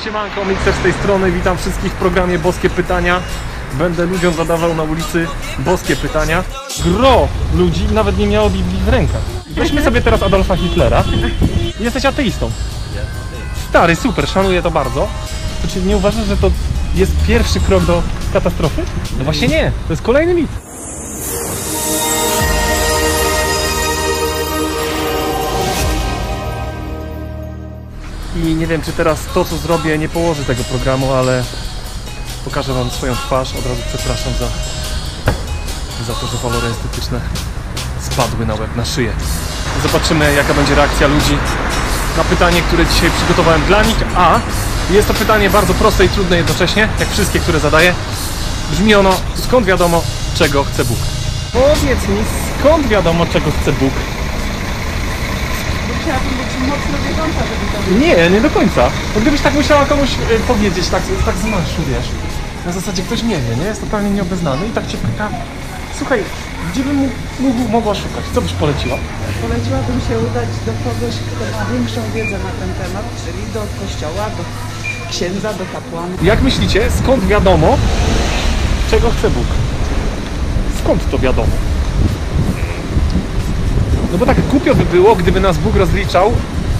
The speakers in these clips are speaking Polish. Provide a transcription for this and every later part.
Siemanko, Mikser z tej strony, witam wszystkich w programie Boskie Pytania. Będę ludziom zadawał na ulicy boskie pytania. Gro ludzi nawet nie miało Biblii w rękach. Weźmy sobie teraz Adolfa Hitlera. Jesteś ateistą. Stary, super, szanuję to bardzo. To czy nie uważasz, że to jest pierwszy krok do katastrofy? No właśnie nie, to jest kolejny mit. I nie wiem, czy teraz to, co zrobię, nie położy tego programu, ale pokażę wam swoją twarz. Od razu przepraszam za to, że walory estetyczne spadły na łeb, na szyję. Zobaczymy, jaka będzie reakcja ludzi na pytanie, które dzisiaj przygotowałem dla nich. A jest to pytanie bardzo proste i trudne jednocześnie, jak wszystkie, które zadaję. Brzmi ono: skąd wiadomo, czego chce Bóg? Powiedz mi, skąd wiadomo, czego chce Bóg? Chciałabym być mocno wierząca, żeby to... Nie do końca. Bo gdybyś tak musiała komuś powiedzieć, tak z marszu, wiesz, na zasadzie ktoś nie wie, nie? Jest totalnie nieobeznany i tak cię pyta: słuchaj, gdzie bym mogła szukać? Co byś poleciła? Poleciłabym się udać do kogoś, kto ma większą wiedzę na ten temat, czyli do kościoła, do księdza, do kapłana. Jak myślicie, skąd wiadomo, czego chce Bóg? Skąd to wiadomo? No bo tak głupio by było, gdyby nas Bóg rozliczał,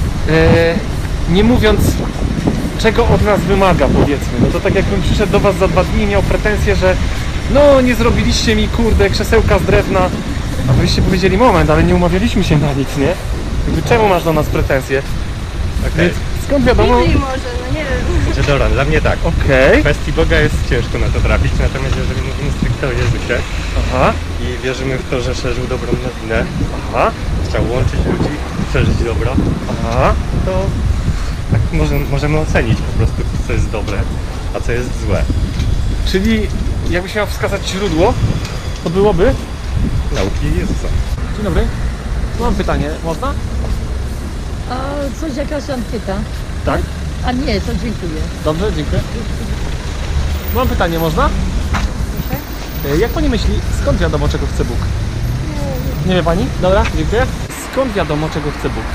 nie mówiąc, czego od nas wymaga, powiedzmy. No to tak jakbym przyszedł do was za 2 dni i miał pretensje, że no nie zrobiliście mi, kurde, krzesełka z drewna, a wyście powiedzieli: moment, ale nie umawialiśmy się na nic, nie? Jakby czemu masz do nas pretensje? Okay. Skąd wiadomo? Biblii może, no nie wiem. Znaczy, dobra, dla mnie tak. Okej. W kwestii Boga jest ciężko na to trafić, natomiast jeżeli mówimy stricte o Jezusie Aha. i wierzymy w to, że szerzył dobrą nowinę, Aha. chciał łączyć ludzi, szerzyć dobro, Aha. to tak możemy ocenić po prostu, co jest dobre, a co jest złe. Czyli jakbyś miał wskazać źródło, to byłoby... Nauki Jezusa. Dzień dobry. Mam pytanie, można? A coś, jakaś ankieta? Tak. A nie, to dziękuję. Dobrze, dziękuję. Mam pytanie, można? Proszę? Jak pani myśli, skąd wiadomo, czego chce Bóg? Nie wie pani? Dobra, dziękuję. Skąd wiadomo, czego chce Bóg?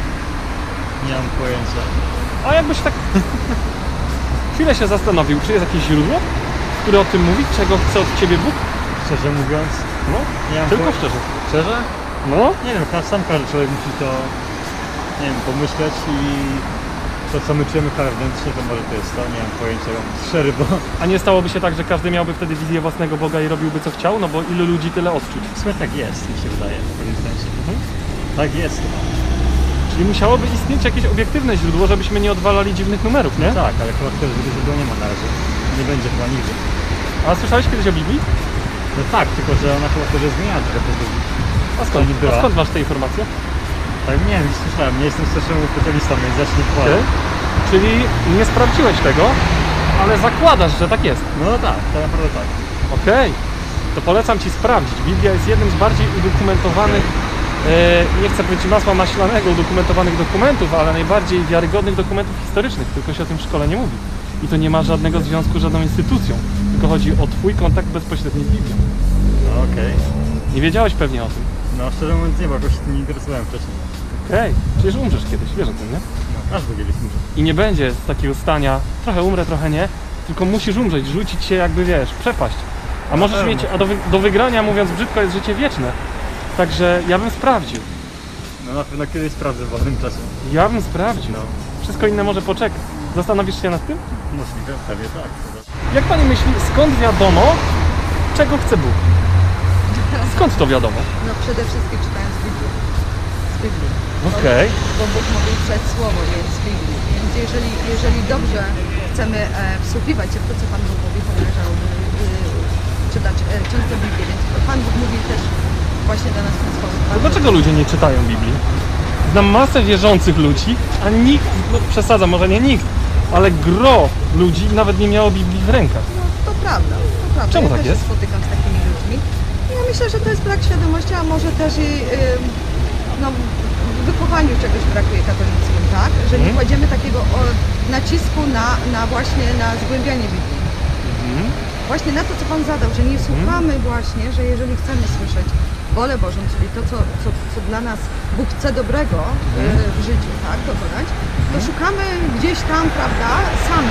Nie mam pojęcia. A jakbyś tak chwilę się zastanowił, czy jest jakieś źródło, które o tym mówi, czego chce od ciebie Bóg? Szczerze mówiąc, No, nie mam tylko szczerze. Szczerze? No, Nie wiem, sam każdy człowiek musi to, nie wiem, pomyśleć i to, co my czujemy wewnętrznie, to może to jest to, nie mam pojęcia, szczery, bo a nie stałoby się tak, że każdy miałby wtedy wizję własnego Boga i robiłby co chciał? No bo ilu ludzi, tyle odczuć. w sumie tak jest, mi się wydaje, w pewnym sensie. Tak jest. Czyli musiałoby istnieć jakieś obiektywne źródło, żebyśmy nie odwalali dziwnych numerów, nie? Tak, ale chyba wtedy źródła nie ma na razie. Nie będzie chyba nigdy. A słyszałeś kiedyś o Biblii? No tak, tylko że ona chyba też zmienia trochę te Biblii. A skąd? nie była. A skąd masz te informacje? Tak, nie wiem, słyszałem, nie jestem strasznym specjalistą, więc zacznij Ty? chwalę. Czyli nie sprawdziłeś tego, ale zakładasz, że tak jest. No tak, to naprawdę tak. Okej, to polecam ci sprawdzić. Biblia jest jednym z bardziej udokumentowanych, nie chcę powiedzieć masła maślanego, udokumentowanych dokumentów, ale najbardziej wiarygodnych dokumentów historycznych, tylko się o tym w szkole nie mówi. I to nie ma żadnego związku z żadną instytucją, tylko chodzi o twój kontakt bezpośredni z Biblią. No okej. Nie wiedziałeś pewnie o tym. No szczerze mówiąc nie, bo jakoś się tym nie interesowałem wcześniej. Okej, przecież umrzesz kiedyś, wiesz o tym, nie? No, każdy kiedyś muszę. I nie będzie z takiego stania, trochę umrę, trochę nie, tylko musisz umrzeć, rzucić się jakby, wiesz, przepaść. A możesz mieć, a do wygrania, mówiąc brzydko, jest życie wieczne. Także ja bym sprawdził. No na pewno kiedyś sprawdzę w wolnym czasie. Ja bym sprawdził. No. Wszystko inne może poczekać. Zastanowisz się nad tym? Możliwe, pewnie tak. Jak pani myśli, skąd wiadomo, czego chce Bóg? Skąd to wiadomo? No przede wszystkim czytając Biblię. Z Biblii. Okej. Bo Bóg mówi przez Słowo, więc z Biblii. Więc jeżeli dobrze chcemy wsłuchiwać się w to, co Pan Bóg mówi, to należałoby czytać często Biblię. Więc Pan Bóg mówi też właśnie do nas w ten sposób. To dlaczego ludzie nie czytają Biblii? Znam masę wierzących ludzi, a nikt, no przesadzam, może nie nikt, ale gro ludzi nawet nie miało Biblii w rękach. No to prawda, to prawda. Czemu ja tak też jest? się spotykam z takimi ludźmi. Ja myślę, że to jest brak świadomości, a może też i no, w wychowaniu czegoś brakuje katolickim, tak? Że nie kładziemy takiego nacisku na właśnie na zgłębianie Biblii. Właśnie na to, co Pan zadał, że nie słuchamy właśnie, że jeżeli chcemy słyszeć wolę Bożą, czyli to, co dla nas Bóg chce dobrego w życiu, tak, dokonać, to szukamy gdzieś tam, prawda, sami.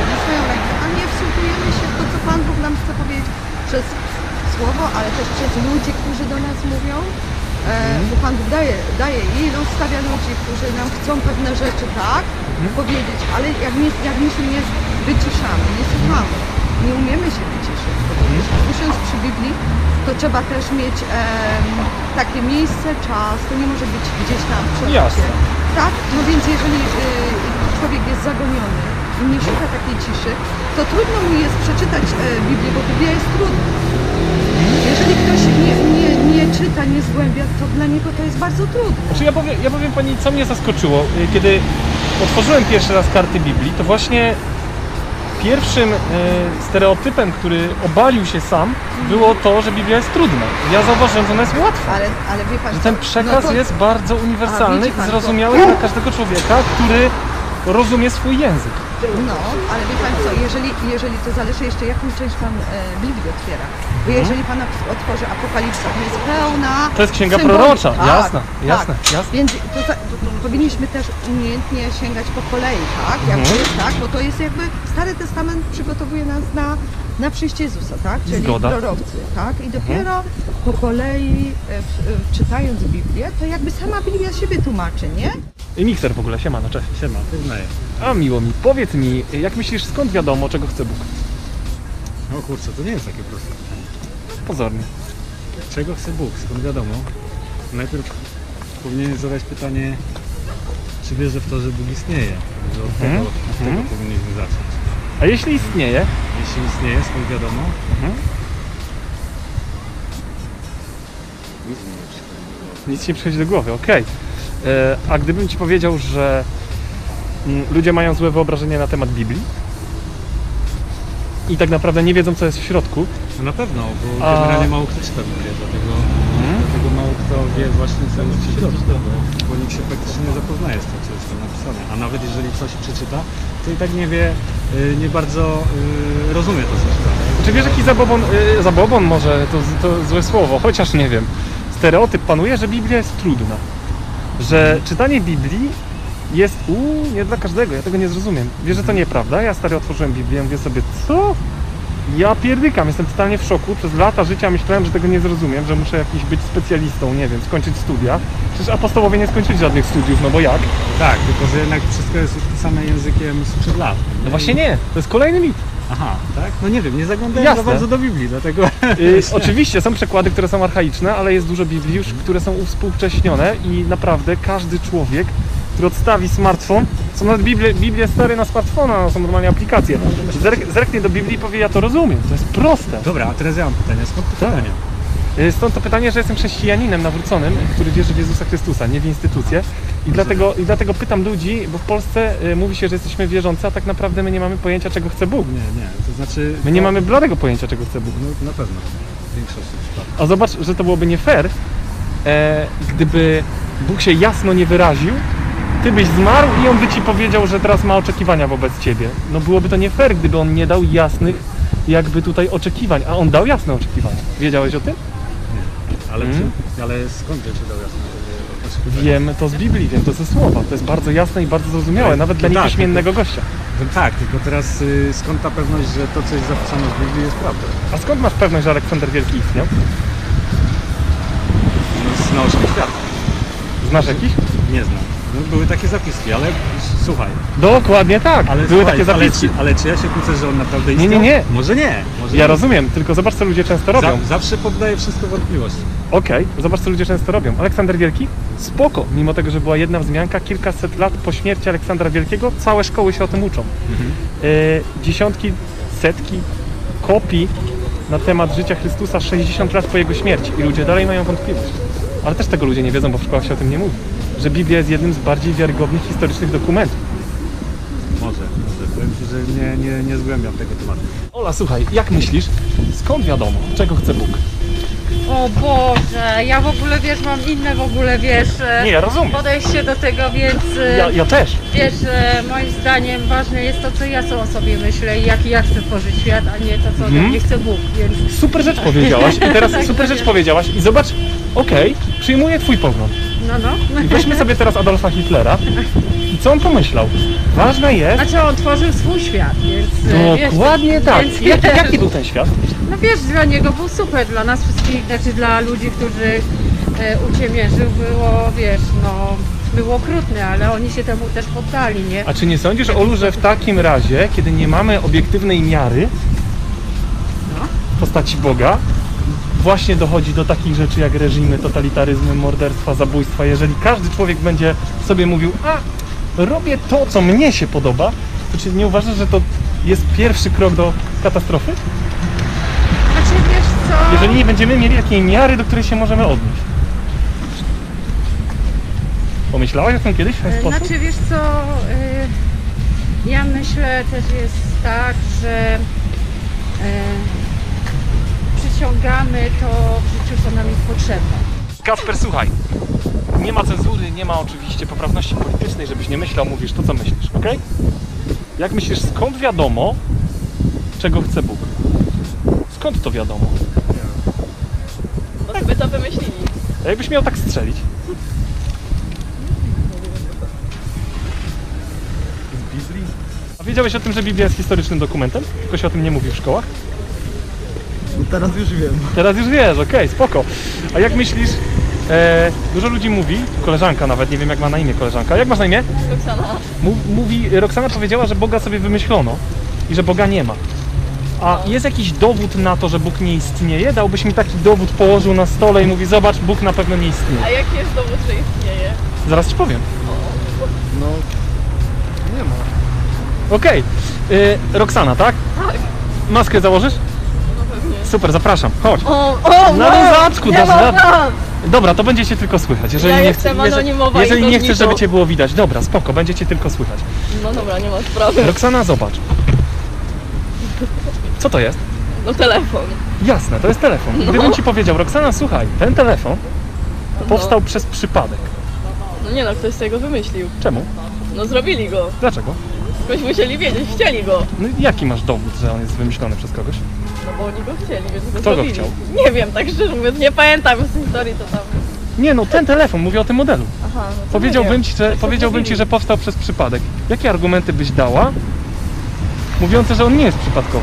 przez słowo, ale też przez ludzi, którzy do nas mówią. Bo Pan Bóg daje ilu stawia ludzi, którzy nam chcą pewne rzeczy tak powiedzieć, ale jak my się nie wyciszamy, nie słuchamy, nie umiemy się wyciszyć. Usiądź przy Biblii, to trzeba też mieć takie miejsce, czas, to nie może być gdzieś tam przed Jasne. tak? No więc jeżeli człowiek jest zagoniony i nie szuka takiej ciszy, to trudno mu jest przeczytać Biblię, bo Biblia jest trudna. Jeżeli ktoś nie czyta, nie zgłębia, to dla niego to jest bardzo trudne. Znaczy ja powiem Pani, co mnie zaskoczyło. Kiedy otworzyłem pierwszy raz karty Biblii, to właśnie pierwszym stereotypem, który obalił się sam, było to, że Biblia jest trudna. Ja zauważyłem, że ona jest łatwa. Ale wie Pan, Że ten co? przekaz No to- jest bardzo uniwersalny widzi pan i to. zrozumiały dla każdego człowieka, który rozumie swój język. No, ale wie Pan co, jeżeli to zależy jeszcze jaką część Pan Biblii otwiera. Bo jeżeli Pan otworzy Apokalipsę, to jest pełna To jest księga symboli. prorocza, Tak, jasne, tak. jasne. Więc to powinniśmy też umiejętnie sięgać po kolei, tak? Jak to jest tak, bo to jest jakby Stary Testament przygotowuje nas na przyjście Jezusa, tak? Czyli Zgoda. prorowcy, tak? I dopiero po kolei czytając Biblię, to jakby sama Biblia siebie tłumaczy, nie? I Mikser w ogóle, siemano, cześć. Siema, przyznaję. A miło mi, powiedz mi, jak myślisz, skąd wiadomo, czego chce Bóg? No kurczę, to nie jest takie proste. Pozornie. Czego chce Bóg? Skąd wiadomo? Najpierw powinien zadać pytanie, czy wierzę w to, że Bóg istnieje. Że od tego powinniśmy zacząć. A jeśli istnieje, Jeśli istnieje, skąd wiadomo? nic nie przychodzi do głowy, okej. A gdybym Ci powiedział, że ludzie mają złe wyobrażenie na temat Biblii i tak naprawdę nie wiedzą, co jest w środku, No na pewno, bo generalnie mało kto czyta Biblię, dlatego mało kto wie właśnie, co jest w środku, bo nikt się praktycznie nie zapoznaje z tym, co jest tam napisane. A nawet jeżeli coś przeczyta, to i tak nie wie, nie bardzo rozumie to, co czyta. czy wiesz, jaki zabobon może, to złe słowo, chociaż nie wiem, stereotyp panuje, że Biblia jest trudna, że czytanie Biblii jest, nie dla każdego, ja tego nie zrozumiem. Wiesz, że to nieprawda? Ja stary otworzyłem Biblię, mówię sobie, co? Ja pierdykam, jestem totalnie w szoku. Przez lata życia myślałem, że tego nie zrozumiem, że muszę jakiś być specjalistą, nie wiem, skończyć studia. Przecież apostołowie nie skończyli żadnych studiów, no bo jak? Tak, tylko że jednak wszystko jest pisane językiem sprzed lat. No właśnie nie, to jest kolejny mit. Aha, tak? No nie wiem, nie zaglądałem Jasne. za bardzo do Biblii, dlatego... Oczywiście są przekłady, które są archaiczne, ale jest dużo Biblii już, które są uwspółcześnione i naprawdę każdy człowiek, który odstawi smartfon, są nawet Biblie stare na smartfona, no, są normalnie aplikacje. Zerknie do Biblii i powie, ja to rozumiem, to jest proste. Dobra, a teraz ja mam pytanie, skąd to pytanie? Stąd to pytanie, że jestem chrześcijaninem nawróconym, który wierzy w Jezusa Chrystusa, nie w instytucje. I dlatego pytam ludzi, bo w Polsce mówi się, że jesteśmy wierzący, a tak naprawdę my nie mamy pojęcia, czego chce Bóg. Nie, to znaczy... My nie mamy bladego pojęcia, czego chce Bóg. No na pewno, w większości przypadków. A zobacz, że to byłoby nie fair, gdyby Bóg się jasno nie wyraził, ty byś zmarł i on by ci powiedział, że teraz ma oczekiwania wobec ciebie. No byłoby to nie fair, gdyby on nie dał jasnych jakby tutaj oczekiwań, a on dał jasne oczekiwania. Wiedziałeś o tym? Ale, ale skąd wiesz, że dał jasno? Wiem to z Biblii, wiem to ze słowa. To jest bardzo jasne i bardzo zrozumiałe, nawet dla tak, niepiśmiennego gościa. No tak, tylko teraz skąd ta pewność, że to, co jest zapisane w Biblii, jest prawdą? A skąd masz pewność, że Aleksander Wielki istniał? No, z naucznych świata. Znasz jakiś? Nie znam. No, były takie zapiski, ale słuchaj. Dokładnie tak, Ale były słuchaj, takie zapiski. Ale czy ja się kłócę, że on naprawdę Nie, istniał? nie. Może nie. Może Ja nie. rozumiem, tylko zobacz, co ludzie często robią. Zawsze poddaję wszystko wątpliwości. Okej, zobacz, co ludzie często robią. Aleksander Wielki? Spoko, mimo tego, że była jedna wzmianka, kilkaset lat po śmierci Aleksandra Wielkiego, całe szkoły się o tym uczą. Dziesiątki, setki kopii na temat życia Chrystusa 60 lat po jego śmierci i ludzie dalej mają wątpliwość. Ale też tego ludzie nie wiedzą, bo w szkołach się o tym nie mówi. Że Biblia jest jednym z bardziej wiarygodnych historycznych dokumentów. Może. Powiem Ci, że nie zgłębiam tego tematu. Ola, słuchaj, jak myślisz, skąd wiadomo, czego chce Bóg? O Boże, ja w ogóle, wiesz, mam inne w ogóle, wiesz, Nie, ja rozumiem. podejście do tego, więc Ja też. wiesz, moim zdaniem ważne jest to, co ja o sobie myślę i jaki ja chcę tworzyć świat, a nie to, co ode mnie chce Bóg, więc Super rzecz powiedziałaś i teraz Tak, super tak rzecz jest. powiedziałaś i zobacz, okej, przyjmuję twój pogląd. no. I weźmy sobie teraz Adolfa Hitlera i co on pomyślał? Ważne jest, Znaczy on tworzył swój świat, więc wiesz, Dokładnie tak. więc- Jaki był ten świat? No wiesz, dla niego był super, dla nas wszystkich, znaczy dla ludzi, którzy uciemiężył, było, wiesz, no, było okrutne, ale oni się temu też poddali, nie? A czy nie sądzisz, Olu, że w takim razie, kiedy nie mamy obiektywnej miary w postaci Boga, właśnie dochodzi do takich rzeczy jak reżimy, totalitaryzmy, morderstwa, zabójstwa. Jeżeli każdy człowiek będzie sobie mówił, a robię to, co mnie się podoba, to czy nie uważasz, że to jest pierwszy krok do katastrofy? Znaczy, wiesz co... Jeżeli nie będziemy mieli jakiej miary, do której się możemy odnieść. Pomyślałaś o tym kiedyś w ten sposób? Znaczy, wiesz co, ja myślę też jest tak, że przyciągamy to w życiu, co nam jest potrzebne. Kasper, słuchaj. Nie ma cenzury, nie ma oczywiście poprawności politycznej, żebyś nie myślał, mówisz to, co myślisz, ok? Jak myślisz, skąd wiadomo, czego chce Bóg? Skąd to wiadomo? Bo sobie to wymyślili. A jakbyś miał tak strzelić? Z Biblii? A wiedziałeś o tym, że Biblia jest historycznym dokumentem? Tylko się o tym nie mówi w szkołach? Teraz już wiem. Teraz już wiesz, okej, spoko. A jak myślisz, dużo ludzi mówi, koleżanka nawet, nie wiem jak ma na imię koleżanka, jak masz na imię? Roxana. Roxana powiedziała, że Boga sobie wymyślono i że Boga nie ma. A jest jakiś dowód na to, że Bóg nie istnieje? Dałbyś mi taki dowód, położył na stole i mówi, zobacz, Bóg na pewno nie istnieje. A jaki jest dowód, że istnieje? Zaraz ci powiem. No, nie ma. Okej. Roxana, tak? Tak. Maskę założysz? No pewnie. Super, zapraszam, chodź. O, Na luzaczku dasz radę. mam. Dobra, to będziecie tylko słychać. Jeżeli Ja nie jestem anonimowa jeżeli nie chcesz, incognito. żeby cię było widać. Dobra, spoko, będziecie tylko słychać. No dobra, nie ma sprawy. Roxana, zobacz. Co to jest? No telefon. Jasne, to jest telefon. Gdybym ci powiedział, Roxana, słuchaj, ten telefon powstał przez przypadek. No nie no, ktoś z tego wymyślił. Czemu? No zrobili go. Dlaczego? Skądś musieli wiedzieć, chcieli go. No i jaki masz dowód, że on jest wymyślony przez kogoś? No bo oni go chcieli, więc go Kto go zrobili. chciał? Nie wiem, tak szczerze mówiąc, nie pamiętam z historii to tam. Nie no, ten telefon, mówię o tym modelu. Aha, no to Powiedziałbym nie ci, wiem. że, Tak powiedziałbym ci, zrobili. że powstał przez przypadek. Jakie argumenty byś dała, mówiące, że on nie jest przypadkowy?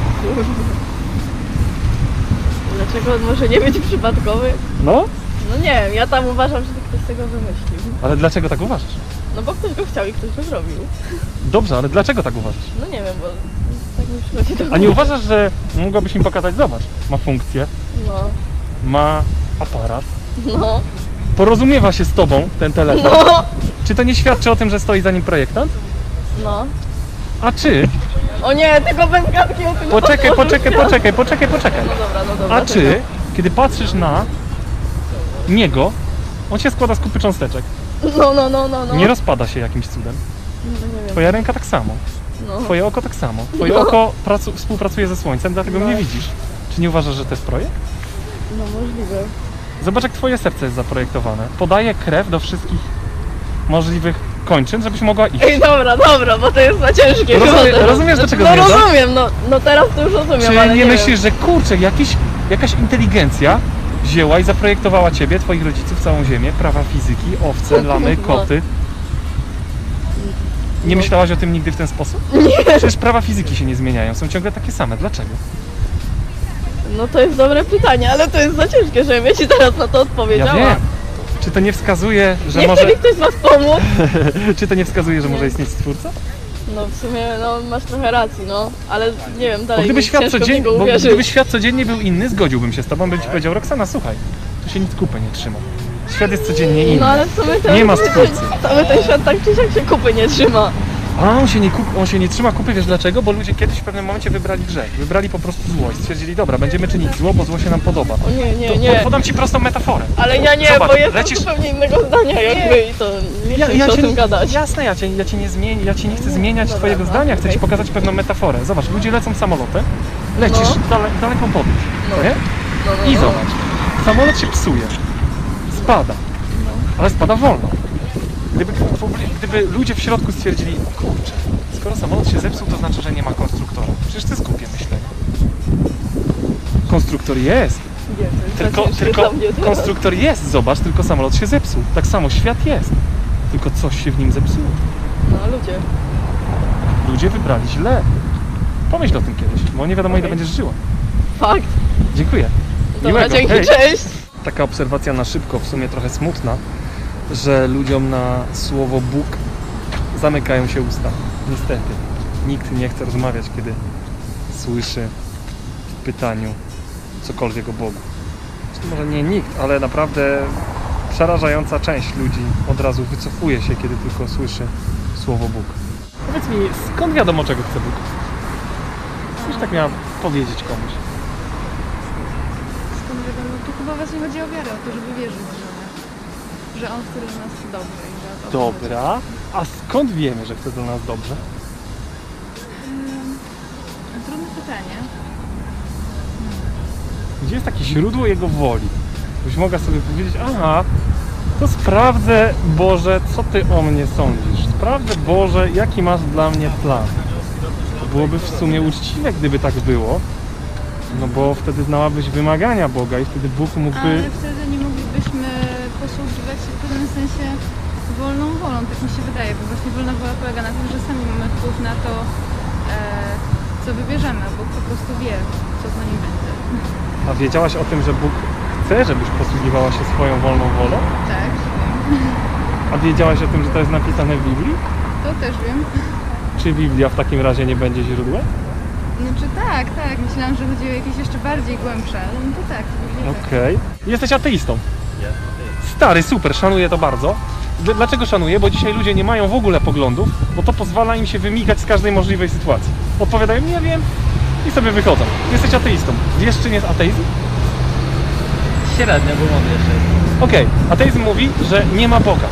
Dlaczego on może nie być przypadkowy? No, No nie wiem, ja tam uważam, że to ktoś z tego wymyślił. ale dlaczego tak uważasz? No bo ktoś go chciał i ktoś go zrobił. Dobrze, ale dlaczego tak uważasz? No nie wiem, bo tak mi przychodzi do A nie głowy. uważasz, że mogłabyś mi pokazać, zobacz, ma funkcję, No, ma aparat, no, porozumiewa się z tobą ten telefon. no, Czy to nie świadczy o tym, że stoi za nim projektant? no. A czy, O nie, tylko bez gadki o tym poczekaj. No dobra, no dobra. A czy, kiedy patrzysz na niego, on się składa z kupy cząsteczek, No. nie rozpada się jakimś cudem. No nie wiem. Twoja ręka tak samo, No. twoje oko tak samo, twoje No. oko współpracuje ze słońcem, dlatego No. mnie widzisz. Czy nie uważasz, że to jest projekt? No możliwe. Zobacz, jak twoje serce jest zaprojektowane. Podaje krew do wszystkich możliwych kończyn, żebyś mogła iść. Ej, dobra, bo to jest za ciężkie. Rozumie- chyba teraz. rozumiesz, do czego No zmierzam? rozumiem, no teraz to już rozumiem, Czy ale nie nie myślisz, wiem. że kurczę, jakaś inteligencja wzięła i zaprojektowała ciebie, twoich rodziców, całą ziemię, prawa fizyki, owce, lamy, No. koty? Nie myślałaś o tym nigdy w ten sposób? Nie. Przecież prawa fizyki się nie zmieniają, są ciągle takie same. Dlaczego? No to jest dobre pytanie, ale to jest za ciężkie, żebym ja ci teraz na to Ja odpowiedziała. wiem. Czy to nie wskazuje, że Nie może... chce mi ktoś z was pomóc? Czy to nie wskazuje, że może istnieć Stwórca? No w sumie, no masz trochę racji, no. Ale nie wiem, Bo dalej gdyby, mi świat ciężko w codziennie, niego uwierzyć. gdyby świat codziennie był inny, zgodziłbym się z tobą, bym ci powiedział, Roxana, słuchaj, tu się nic kupy nie trzyma. Świat jest codziennie inny. No ale w sumie to... Nie ma Stwórcy. Cały ten świat tak czy siak się kupy nie trzyma. A on się nie trzyma kupy, wiesz dlaczego? Bo ludzie kiedyś w pewnym momencie wybrali grzech. Wybrali po prostu zło i stwierdzili, dobra, będziemy czynić zło, bo zło się nam podoba. O nie, To nie. podam ci prostą metaforę. Ale ja nie, Zobacz, bo jestem lecisz- zupełnie innego zdania jakby i to nie chcę o tym gadać. Jasne, ja cię nie zmienię, ja ci nie chcę zmieniać Dobra, twojego no, zdania, chcę ci okej. pokazać pewną metaforę. Zobacz, ludzie lecą samolotem, lecisz daleką podróż, No. no. nie? No, I zobacz, samolot się psuje, spada, ale spada wolno. Gdyby ludzie w środku stwierdzili, kurczę, skoro samolot się zepsuł, to znaczy, że nie ma konstruktora. Przecież to jest głupie myślenie. Konstruktor jest, Nie, to jest za ciężkie tylko dla mnie teraz. konstruktor jest, zobacz, tylko samolot się zepsuł. Tak samo świat jest, tylko coś się w nim zepsuło. No ludzie. Ludzie wybrali źle. Pomyśl o tym kiedyś, bo nie wiadomo ile będziesz żyła. Fakt. Dziękuję. Dobra, Miłego. dzięki, Hej. cześć. Taka obserwacja na szybko, w sumie trochę smutna, że ludziom na słowo Bóg zamykają się usta. Niestety. Nikt nie chce rozmawiać, kiedy słyszy w pytaniu cokolwiek o Bogu. Zresztą może nie nikt, ale naprawdę przerażająca część ludzi od razu wycofuje się, kiedy tylko słyszy słowo Bóg. Powiedz mi, skąd wiadomo, czego chce Bóg? Coś tak miała powiedzieć komuś. Skąd wiadomo, tu chyba właśnie chodzi o wiarę, o to, żeby wierzyć, że On chce dla nas dobrze i że o to chodzi. Dobra. A skąd wiemy, że chce dla nas dobrze? Trudne pytanie. Gdzie jest takie źródło Jego woli? Byś mogła sobie powiedzieć, aha, to sprawdzę, Boże, co Ty o mnie sądzisz. Sprawdzę, Boże, jaki masz dla mnie plan. To byłoby w sumie uczciwe, gdyby tak było. No bo wtedy znałabyś wymagania Boga i wtedy Bóg mógłby... Ale wtedy nie moglibyśmy posługiwać się w pewnym sensie wolną wolą, tak mi się wydaje, bo właśnie wolna wola polega na tym, że sami mamy wpływ na to, co wybierzemy, a Bóg po prostu wie, co po nim będzie. A wiedziałaś o tym, że Bóg chce, żebyś posługiwała się swoją wolną wolą? Tak, wiem. A wiedziałaś o tym, że to jest napisane w Biblii? To też wiem. Czy Biblia w takim razie nie będzie źródłem? Znaczy tak, myślałam, że chodzi o jakieś jeszcze bardziej głębsze, ale no to tak, to tak. Okej. Jesteś ateistą? Stary, super, szanuję to bardzo. Dlaczego szanuję? Bo dzisiaj ludzie nie mają w ogóle poglądów, bo to pozwala im się wymigać z każdej możliwej sytuacji. Odpowiadają, nie wiem i sobie wychodzą. Jesteś ateistą. Wiesz, czym jest ateizm? Średnio, bo mam jeszcze. Okej, ateizm mówi, że nie ma Boga.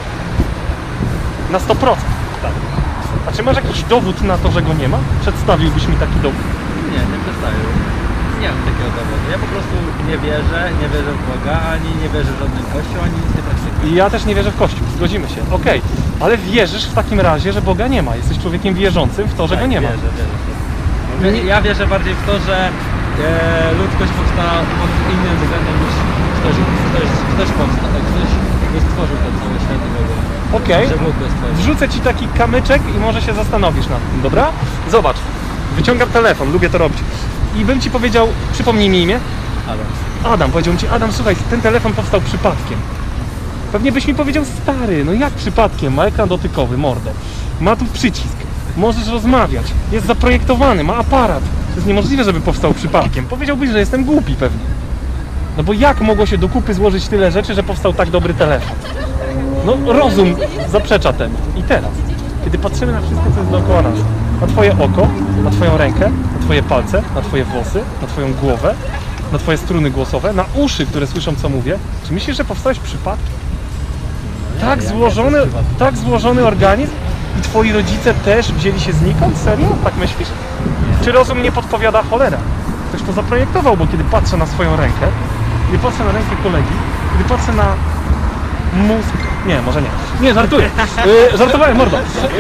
Na 100%. Tak. A czy masz jakiś dowód na to, że go nie ma? Przedstawiłbyś mi taki dowód? Nie przedstawię. Nie mam takiego dowodu. Ja po prostu nie wierzę w Boga, ani nie wierzę w żaden kościół, ani nic nie praktykuję. I ja też nie wierzę w Kościół, zgodzimy się. Okej, ale wierzysz w takim razie, że Boga nie ma. Jesteś człowiekiem wierzącym w to, że go nie ma. Wierzę. Ja wierzę bardziej w to, że ludzkość powstała pod innym względem niż ktoś powstał. Ktoś nie stworzył ten cały świat w ogóle. Okej, Że Bóg go stworzył. wrzucę ci taki kamyczek i może się zastanowisz nad tym, dobra? Zobacz, wyciągam telefon, lubię to robić. I bym ci powiedział, przypomnij mi imię? Adam, powiedział ci, Adam, słuchaj, ten telefon powstał przypadkiem. Pewnie byś mi powiedział, stary, no jak przypadkiem? Ma ekran dotykowy, mordo. Ma tu przycisk, możesz rozmawiać, jest zaprojektowany, ma aparat. To jest niemożliwe, żeby powstał przypadkiem. Powiedziałbyś, że jestem głupi pewnie. No bo jak mogło się do kupy złożyć tyle rzeczy, że powstał tak dobry telefon? No rozum zaprzecza temu. I teraz, kiedy patrzymy na wszystko, co jest dookoła nas, na twoje oko, na twoją rękę, na twoje palce, na twoje włosy, na twoją głowę, na twoje struny głosowe, na uszy, które słyszą, co mówię, czy myślisz, że powstałeś przypadkiem? Tak złożony organizm i twoi rodzice też wzięli się znikąd? Serio? Tak myślisz? Czy rozum nie podpowiada cholera? Ktoś to zaprojektował, bo kiedy patrzę na swoją rękę, kiedy patrzę na rękę kolegi, kiedy patrzę na mózg... Nie, może nie. Nie, żartuję. Żartowałem, mordo.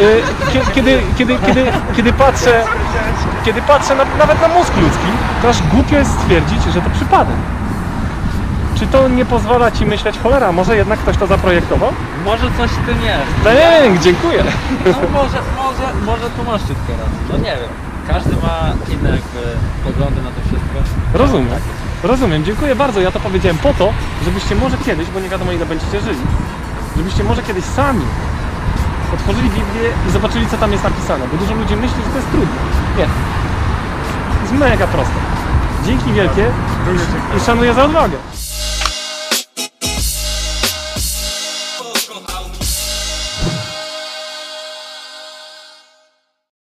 Kiedy patrzę nawet na mózg ludzki, to aż głupio jest stwierdzić, że to przypadek. Czy to nie pozwala ci myśleć, cholera, może jednak ktoś to zaprojektował? Może coś w tym jest. Bęk, dziękuję. No może tu masz wszystko raz. No nie wiem. Każdy ma inne jakby poglądy na to wszystko. Rozumiem, dziękuję bardzo. Ja to powiedziałem po to, żebyście może kiedyś, bo nie wiadomo ile będziecie żyli, żebyście może kiedyś sami otworzyli Biblię i zobaczyli, co tam jest napisane, bo dużo ludzi myśli, że to jest trudne. Nie. To jest mega proste. Dzięki wielkie i szanuję za odwagę.